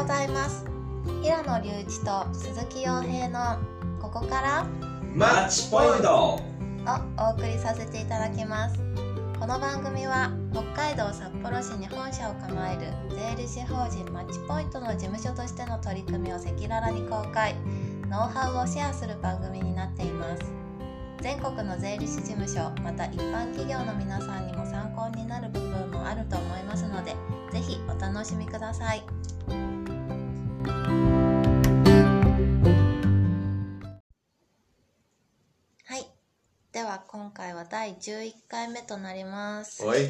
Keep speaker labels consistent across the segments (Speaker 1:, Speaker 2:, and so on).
Speaker 1: ございます。平野隆一と鈴木陽平のここから
Speaker 2: マッチポイント
Speaker 1: をお送りさせていただきます。この番組は北海道札幌市に本社を構える税理士法人マッチポイントの事務所としての取り組みを赤裸々に公開、ノウハウをシェアする番組になっています。全国の税理士事務所、また一般企業の皆さんにも参考になる部分もあると思いますので、ぜひお楽しみください。はい、では今回は第11回目となります。
Speaker 2: おい、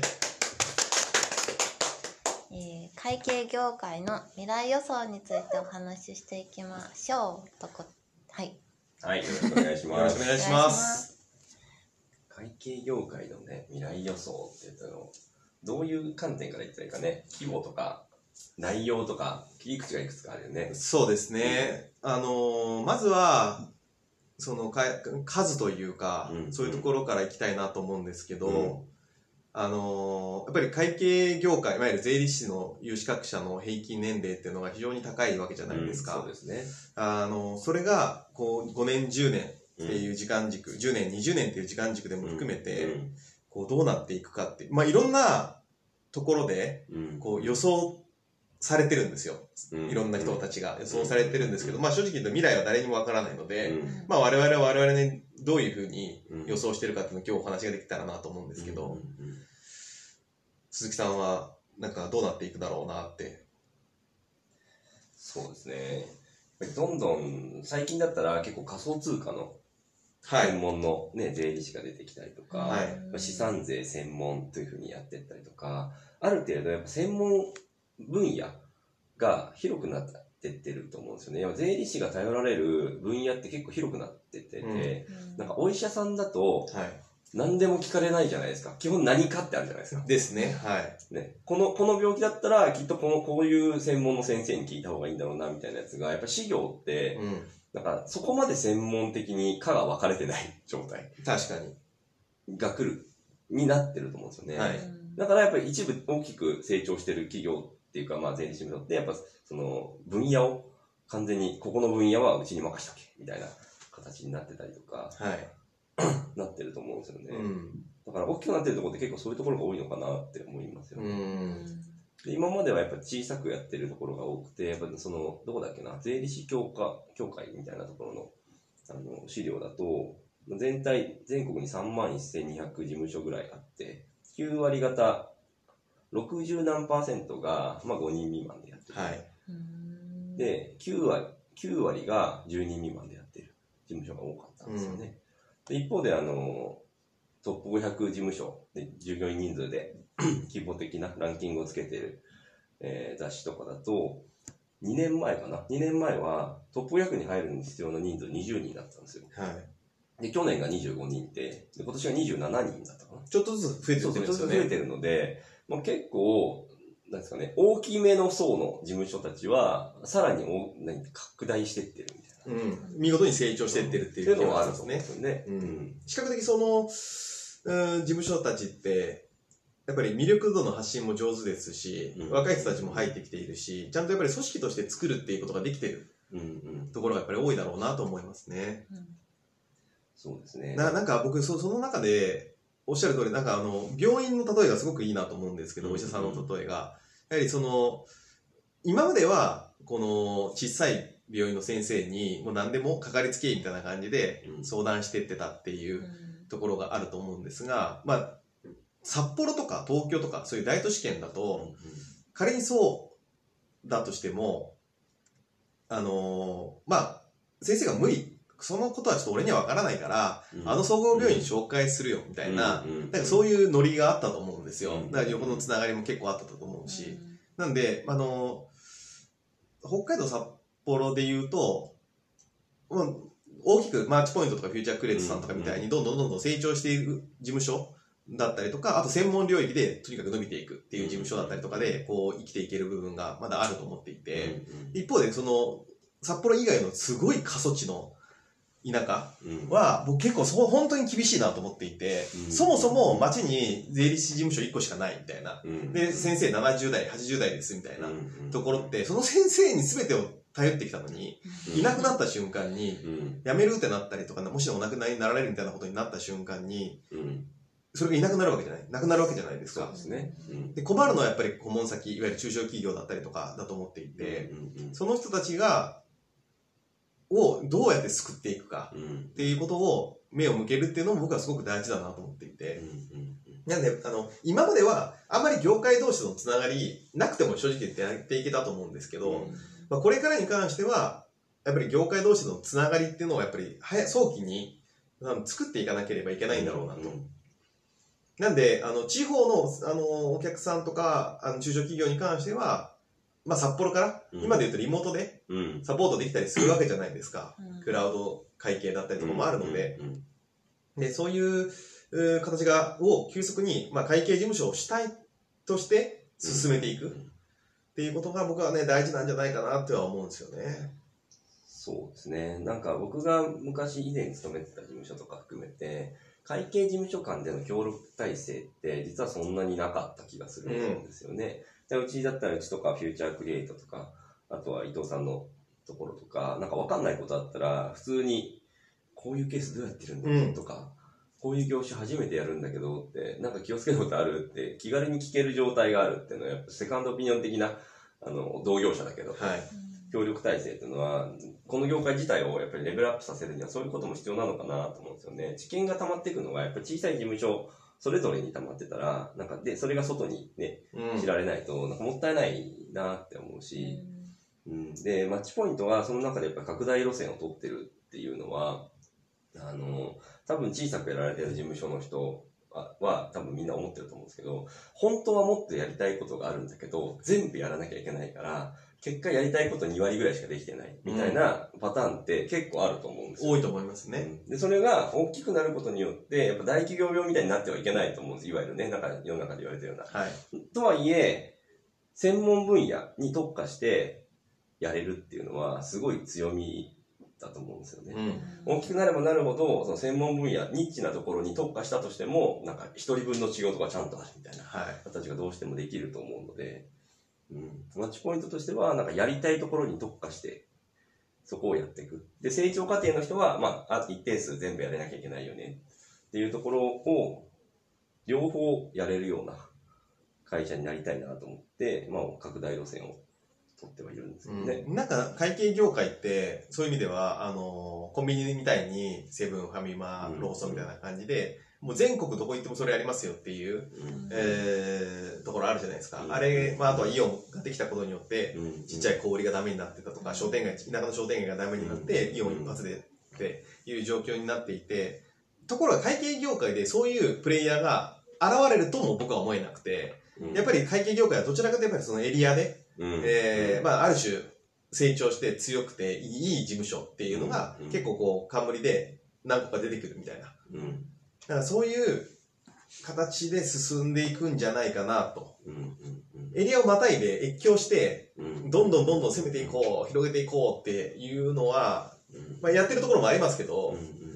Speaker 1: 会計業界の未来予想についてお話ししていきましょう。
Speaker 3: はい、よろしくお願いします。
Speaker 2: よろしくお願いします。
Speaker 3: 会計業界のね、未来予想って言ったの、どういう観点から言ったらいいかね、規模とか内容とか切り口がいくつかあるよね。
Speaker 2: そうですね。まずはその数というか、そういうところからいきたいなと思うんですけど、やっぱり会計業界、いわゆる税理士の有資格者の平均年齢っていうのが非常に高いわけじゃないですか。
Speaker 3: そうですね。
Speaker 2: それがこう5年10年っていう時間軸、10年20年っていう時間軸でも含めて、こうどうなっていくかって、いろんなところでこう予想されてるんですよ。いろんな人たちが予想されてるんですけど、正直言うと未来は誰にもわからないので、我々は我々にどういうふうに予想してるかっていうのを今日お話ができたらなと思うんですけど、鈴木さんはなんかどうなっていくだろうなって。
Speaker 3: そうですね。どんどん最近だったら結構仮想通貨の専門の、税理士が出てきたりとか、資産税専門というふうにやっていったりとか、ある程度やっぱ専門分野が広くなってってると思うんですよね。税理士が頼られる分野って結構広くなってってて、なんかお医者さんだと何でも聞かれないじゃないですか。基本何かってあるじゃないですか。
Speaker 2: ですね。
Speaker 3: この病気だったらきっとこういう専門の先生に聞いた方がいいんだろうなみたいなやつが、やっぱ事業って、なんかそこまで専門的に科が分かれてない状態。
Speaker 2: 確かに。
Speaker 3: が来る、になってると思うんですよね。だからやっぱり一部大きく成長してる企業っていうか、税理士にとって、やっぱその分野を完全に、ここの分野はうちに任しとけ、みたいな形になってたりとか、なってると思うんですよね。だから大きくなってるところって結構そういうところが多いのかなって思いますよね。で今まではやっぱ小さくやってるところが多くて、やっぱその、どこだっけな、税理士協会みたいなところの、資料だと、全国に31,200事務所ぐらいあって、9割方、60何%が、5人未満でやってる。で、9割が10人未満でやってる事務所が多かったんですよね。で一方で、トップ500事務所で従業員人数で規模的なランキングをつけている、雑誌とかだと、2年前はトップ500に入るに必要な人数20人だったんですよ。で、去年が25人で、今年が27人だったかな。
Speaker 2: ちょっとずつ増えてるんですよね。
Speaker 3: ちょっとずつ増えてるので、結構、なんですかね、大きめの層の事務所たちは、さらに拡大していってるみたいな。
Speaker 2: 見事に成長していってるっていう
Speaker 3: のがあると思うんですよね。
Speaker 2: 比較的その、事務所たちって、やっぱり魅力度の発信も上手ですし、若い人たちも入ってきているし、ちゃんとやっぱり組織として作るっていうことができているところがやっぱり多いだろうなと思いますね。
Speaker 3: そうですね。
Speaker 2: なんか僕その中でおっしゃる通り、なんか病院の例えがすごくいいなと思うんですけど、お医者さんの例えがやはりその今まではこの小さい病院の先生にもう何でもかかりつけ医みたいな感じで相談してってたっていうところがあると思うんですが、札幌とか東京とかそういう大都市圏だと、仮にそうだとしても先生が無理、そのことはちょっと俺には分からないから、総合病院紹介するよみたいな、なんかそういうノリがあったと思うんですよ。だから横のつながりも結構あったと思うし、なんで北海道札幌で言うと、大きくマーチポイントとかフューチャークレジットさんとかみたいにどんどん成長している事務所だったりとか、あと専門領域でとにかく伸びていくっていう事務所だったりとかでこう生きていける部分がまだあると思っていて、一方でその札幌以外のすごい過疎地の田舎は、僕結構本当に厳しいなと思っていて、そもそも町に税理士事務所1個しかないみたいな。で、先生70代、80代ですみたいなところって、その先生に全てを頼ってきたのに、いなくなった瞬間に、辞めるってなったりとか、もしお亡くなりになられるみたいなことになった瞬間に、それがいなくなるわけじゃない。なくなるわけじゃないですか。
Speaker 3: そうですね。
Speaker 2: で、困るのはやっぱり顧問先、いわゆる中小企業だったりとかだと思っていて、その人たちをどうやって救っていくかっていうことを目を向けるっていうのも僕はすごく大事だなと思っていて。なんで、今まではあんまり業界同士のつながりなくても正直言ってやっていけたと思うんですけど、まあ、これからに関しては、やっぱり業界同士のつながりっていうのをやっぱり早期に作っていかなければいけないんだろうなと。なんで、地方の、お客さんとか、中小企業に関しては、まあ、札幌から、今で言うとリモートで、サポートできたりするわけじゃないですか。クラウド会計だったりとかもあるので。で、そういう、形を急速に、まあ、会計事務所を主体として進めていくっていうことが僕はね、大事なんじゃないかなっては思うんですよね。
Speaker 3: そうですね。なんか僕が昔以前に勤めてた事務所とか含めて、会計事務所間での協力体制って実はそんなになかった気がするんですよね。うちだったらうちとかフューチャークリエイトとか、あとは伊藤さんのところとか、なんかわかんないことあったら普通にこういうケースどうやってるんだろうとか、こういう業種初めてやるんだけどって、なんか気をつけることあるって気軽に聞ける状態があるっていうのはやっぱセカンドオピニオン的な同業者だけど、協力体制っていうのはこの業界自体をやっぱりレベルアップさせるにはそういうことも必要なのかなと思うんですよね。知見が溜まっていくのがやっぱり小さい事務所それぞれに溜まってたらなんかでそれが外にね知られないとなんかもったいないなって思うし、でマッチポイントはその中でやっぱ拡大路線を取ってるっていうのは多分小さくやられてる事務所の人は多分みんな思ってると思うんですけど、本当はもっとやりたいことがあるんだけど全部やらなきゃいけないから結果やりたいこと2割ぐらいしかできてないみたいなパターンって結構あると思うんですよ。
Speaker 2: 多いと思いますね。
Speaker 3: で、それが大きくなることによって、やっぱ大企業病みたいになってはいけないと思うんです。いわゆるね、なんか世の中で言われてるような。とはいえ、専門分野に特化してやれるっていうのはすごい強みだと思うんですよね。大きくなればなるほど、その専門分野、ニッチなところに特化したとしても、なんか一人分の仕事がちゃんとあるみたいな形がどうしてもできると思うので、マッチポイントとしては、なんかやりたいところに特化して、そこをやっていく。で、成長過程の人は、まあ、一定数全部やれなきゃいけないよね。っていうところを、両方やれるような会社になりたいなと思って、まあ、拡大路線を取ってはいるんですけどね。
Speaker 2: なんか、会計業界って、そういう意味では、コンビニみたいに、セブン、ファミマ、ローソンみたいな感じで、もう全国どこ行ってもそれありますよっていう、ところあるじゃないですか。あれ、まあ、あとはイオンができたことによって、ちっちゃい小売りがダメになってたとか、商店街、田舎の商店街がダメになって、イオン一発でっていう状況になっていて、ところが会計業界でそういうプレイヤーが現れるとも僕は思えなくて、やっぱり会計業界はどちらかというとやっぱりそのエリアで、まあ、ある種成長して強くていい事務所っていうのが結構こう冠で何個か出てくるみたいな。だからそういう形で進んでいくんじゃないかなと。エリアをまたいで越境して、どんどん攻めていこう、広げていこうっていうのは、まあ、やってるところもありますけど、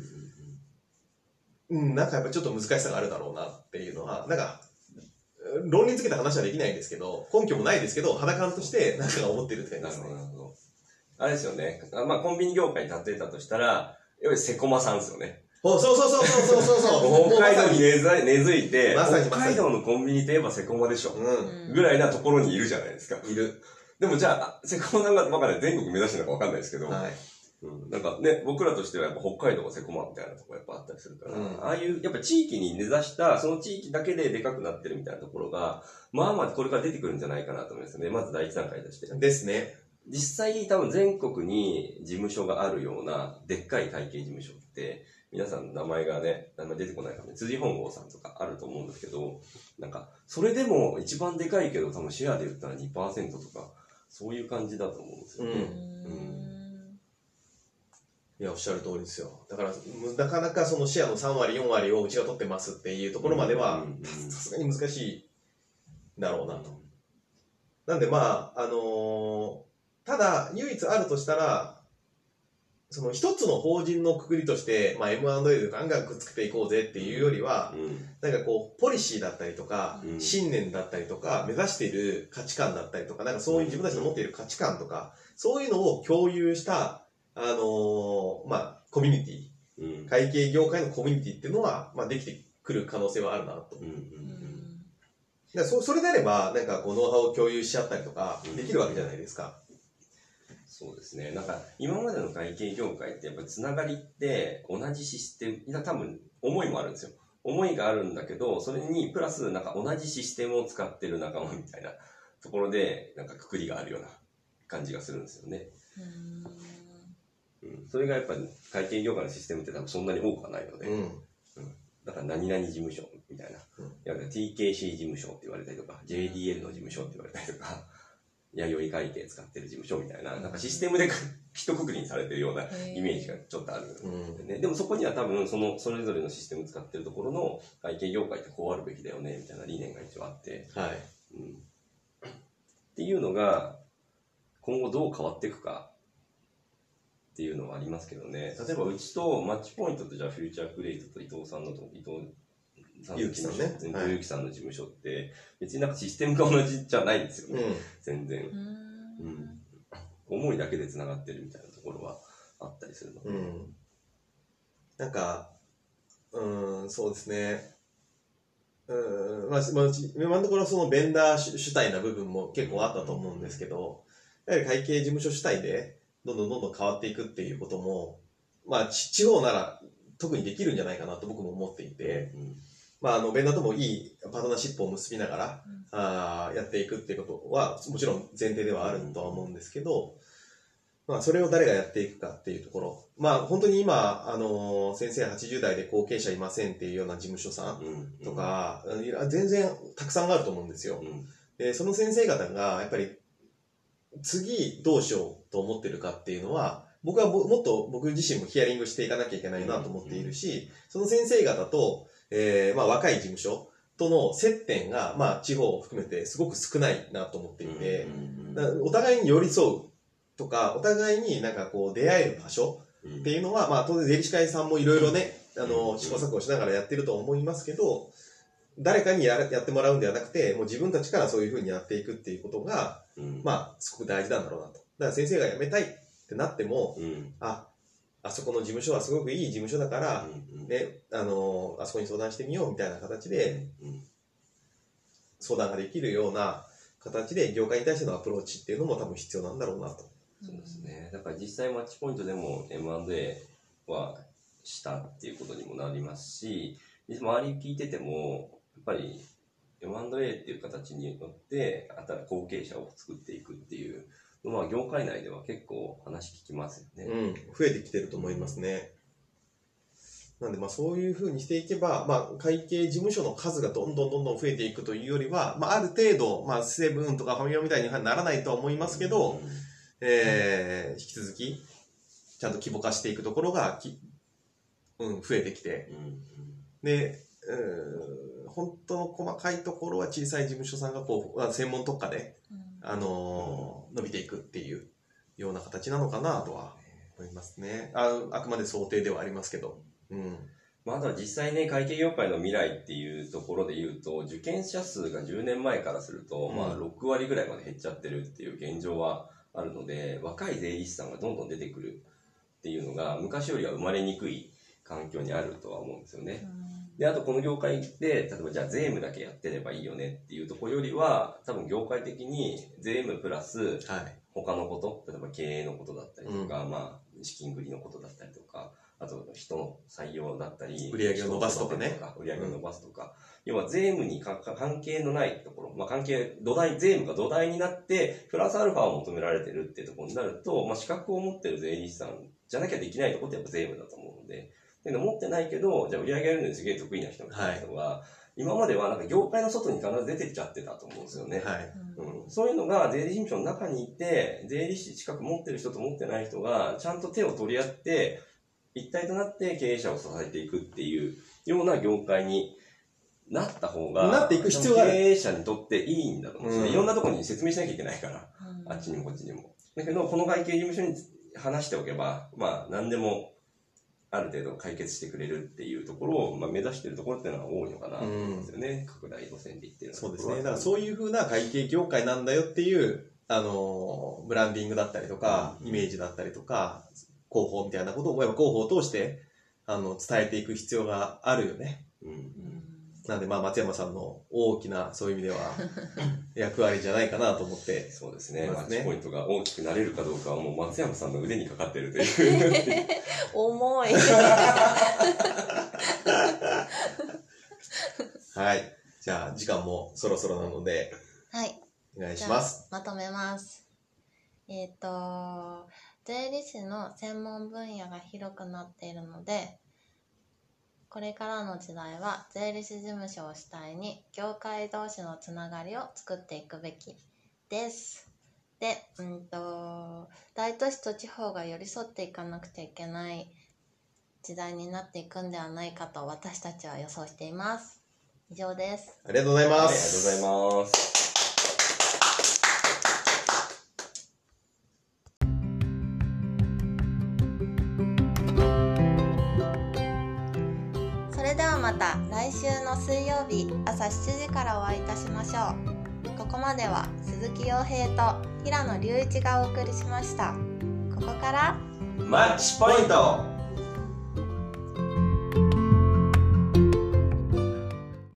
Speaker 2: なんかやっぱちょっと難しさがあるだろうなっていうのは、なんか、論理づけた話はできないんですけど、根拠もないですけど、肌感としてなんか思ってるって感じですね。
Speaker 3: あれですよね。まあコンビニ業界に例えたとしたら、やっぱりセコマさんですよね。
Speaker 2: そう。
Speaker 3: 北海道に根付いて、北海道のコンビニといえばセコマでしょ。ぐらいなところにいるじゃないですか。
Speaker 2: いる。
Speaker 3: でもじゃあ、セコマさんがわかんない。全国目指してるのかわかんないですけど、なんかね、僕らとしてはやっぱ北海道がセコマみたいなところやっぱあったりするから、ああいうやっぱ地域に根ざした、その地域だけででかくなってるみたいなところが、まあこれから出てくるんじゃないかなと思いますね。まず第一段階として。
Speaker 2: ですね。
Speaker 3: 実際多分全国に事務所があるようなでっかい会計事務所って、皆さん名前出てこないかもね。辻本郷さんとかあると思うんですけど、なんか、それでも一番でかいけど多分シェアで言ったら 2% とか、そういう感じだと思うんですよね。
Speaker 2: いや、おっしゃる通りですよ。だから、なかなかそのシェアの3割、4割をうちが取ってますっていうところまでは、さすがに難しいだろうなと。なんでまあ、ただ、唯一あるとしたら、 その一つの法人のくくりとして、まあ、M&A でガンガンくっつけていこうぜっていうよりは、なんかこう、ポリシーだったりとか、信念だったりとか、目指している価値観だったりとか、なんかそういう自分たちの持っている価値観とか、そういうのを共有した、まあ、コミュニティ、会計業界のコミュニティっていうのは、まあ、できてくる可能性はあるなと。それであれば、なんかこう、ノウハウを共有し合ったりとか、できるわけじゃないですか。
Speaker 3: そうですね。なんか、今までの会計業界ってやっぱりつながりって同じシステム、多分思いもあるんですよ。思いがあるんだけど、それにプラスなんか同じシステムを使ってる仲間みたいなところで、なんかくくりがあるような感じがするんですよね。それがやっぱり会計業界のシステムって多分そんなに多くはないので、だから何々事務所みたいな、TKC 事務所って言われたりとか、JDL の事務所って言われたりとか、弥生会計使ってる事務所みたいな、なんかシステムで一括りにされてるようなイメージがちょっとあるんでね。でもそこには多分それぞれのシステム使ってるところの会計業界ってこうあるべきだよねみたいな理念が一応あって、っていうのが今後どう変わっていくかっていうのはありますけどね。例えばうちとマッチポイントとじゃあフューチャークリエイトと伊藤さんのと伊藤
Speaker 2: ゆうきさんね。
Speaker 3: ゆうきさんの事務所って、別になんかシステムが同じじゃないんですよね。全然。思いだけで繋がってるみたいなところはあったりするので。
Speaker 2: なんか、そうですね。まあ、今のところそのベンダー主体な部分も結構あったと思うんですけど、やはり会計事務所主体でどんどん変わっていくっていうことも、まあ、地方なら特にできるんじゃないかなと僕も思っていて、まあ、ベンダーともいいパートナーシップを結びながら、やっていくっていうことは、もちろん前提ではあるとは思うんですけど、まあ、それを誰がやっていくかっていうところ。まあ、本当に今、先生80代で後継者いませんっていうような事務所さんとか、全然たくさんあると思うんですよ。で、その先生方が、やっぱり、次どうしようと思ってるかっていうのは、僕はもっと僕自身もヒアリングしていかなきゃいけないなと思っているし、その先生方と、まあ、若い事務所との接点が、まあ、地方を含めてすごく少ないなと思っていて、お互いに寄り添うとか、お互いになんかこう出会える場所っていうのは、まあ、当然税理士会さんもいろいろね、試行錯誤しながらやってると思いますけど、誰かにやってもらうんではなくて、もう自分たちからそういうふうにやっていくっていうことが、まあ、すごく大事なんだろうなと。だから先生が辞めたいってなっても、あそこの事務所はすごくいい事務所だから、ね、あそこに相談してみようみたいな形で、相談ができるような形で業界に対してのアプローチっていうのも多分必要なんだろうなと。
Speaker 3: そうですね。だから実際マッチポイントでも M&A はしたっていうことにもなりますし、周り聞いてても、やっぱり M&A っていう形によって、後継者を作っていくっていうのは、業界内では結構話聞きますよね。
Speaker 2: 増えてきてると思いますね。なんで、まあそういうふうにしていけば、まあ会計事務所の数がどんどん増えていくというよりは、まあある程度、まあセブンとかファミマみたいにはならないとは思いますけど、引き続き、ちゃんと規模化していくところが増えてきて、で、本当の細かいところは小さい事務所さんがこう、専門特化で、伸びていくっていうような形なのかなとは思いますね。あくまで想定ではありますけど。
Speaker 3: まあ、あとは実際ね、会計業界の未来っていうところで言うと、受験者数が10年前からすると、まあ6割ぐらいまで減っちゃってるっていう現状はあるので、若い税理士さんがどんどん出てくるっていうのが、昔よりは生まれにくい環境にあるとは思うんですよね。で、あとこの業界で、例えばじゃあ税務だけやってればいいよねっていうところよりは、多分業界的に税務プラス、他のこと、例えば経営のことだったりとか、まあ、資金繰りのことだったりとか、あと人の採用だったり、
Speaker 2: 売上を伸ばすとかね。
Speaker 3: 売上を伸ばすとか、要は税務に関係のないところ、まあ税務が土台になって、プラスアルファを求められてるっていうところになると、まあ資格を持ってる税理士さんじゃなきゃできないところってやっぱ税務だと思うので、持ってないけど、じゃあ売上やるのにすげえ得意な人が、今まではなんか業界の外に必ず出てっちゃってたと思うんですよね。そういうのが税理士事務所の中にいて、税理士資格持ってる人と持ってない人がちゃんと手を取り合って、一体となって経営者を支えていくっていうような業界になった方が、
Speaker 2: なっていく必要がある。
Speaker 3: 経営者にとっていいんだと思うんですね。いろんなところに説明しなきゃいけないから、あっちにもこっちにも。だけど、この会計事務所に話しておけば、まあ何でもある程度解決してくれるっていうところを、まあ、目指しているところっていうのは多いのかなと思うんですよね。拡大路線で言ってる
Speaker 2: そうですね。だからそういう風な会計業界なんだよっていう、ブランディングだったりとか、イメージだったりとか、広報みたいなことを、やっぱ広報を通して、伝えていく必要があるよね。なんで、まあ、松山さんの大きな、そういう意味では、役割じゃないかなと思って。
Speaker 3: そうですね。マッチポイントが大きくなれるかどうかは、もう松山さんの腕にかかってるという。
Speaker 1: 重い。
Speaker 2: はい。じゃあ、時間もそろそろなので、
Speaker 1: はい。
Speaker 2: お願いします。
Speaker 1: まとめます。税理士の専門分野が広くなっているので、これからの時代は税理士事務所を主体に業界同士のつながりを作っていくべきです。で、大都市と地方が寄り添っていかなくちゃいけない時代になっていくんではないかと私たちは予想しています。以上です。
Speaker 2: ありがとうございます。
Speaker 3: ありがとうございます。
Speaker 1: それではまた来週の水曜日朝7時からお会いいたしましょう。ここまでは鈴木陽平と平野隆一がお送りしました。ここから
Speaker 2: マッチポイント。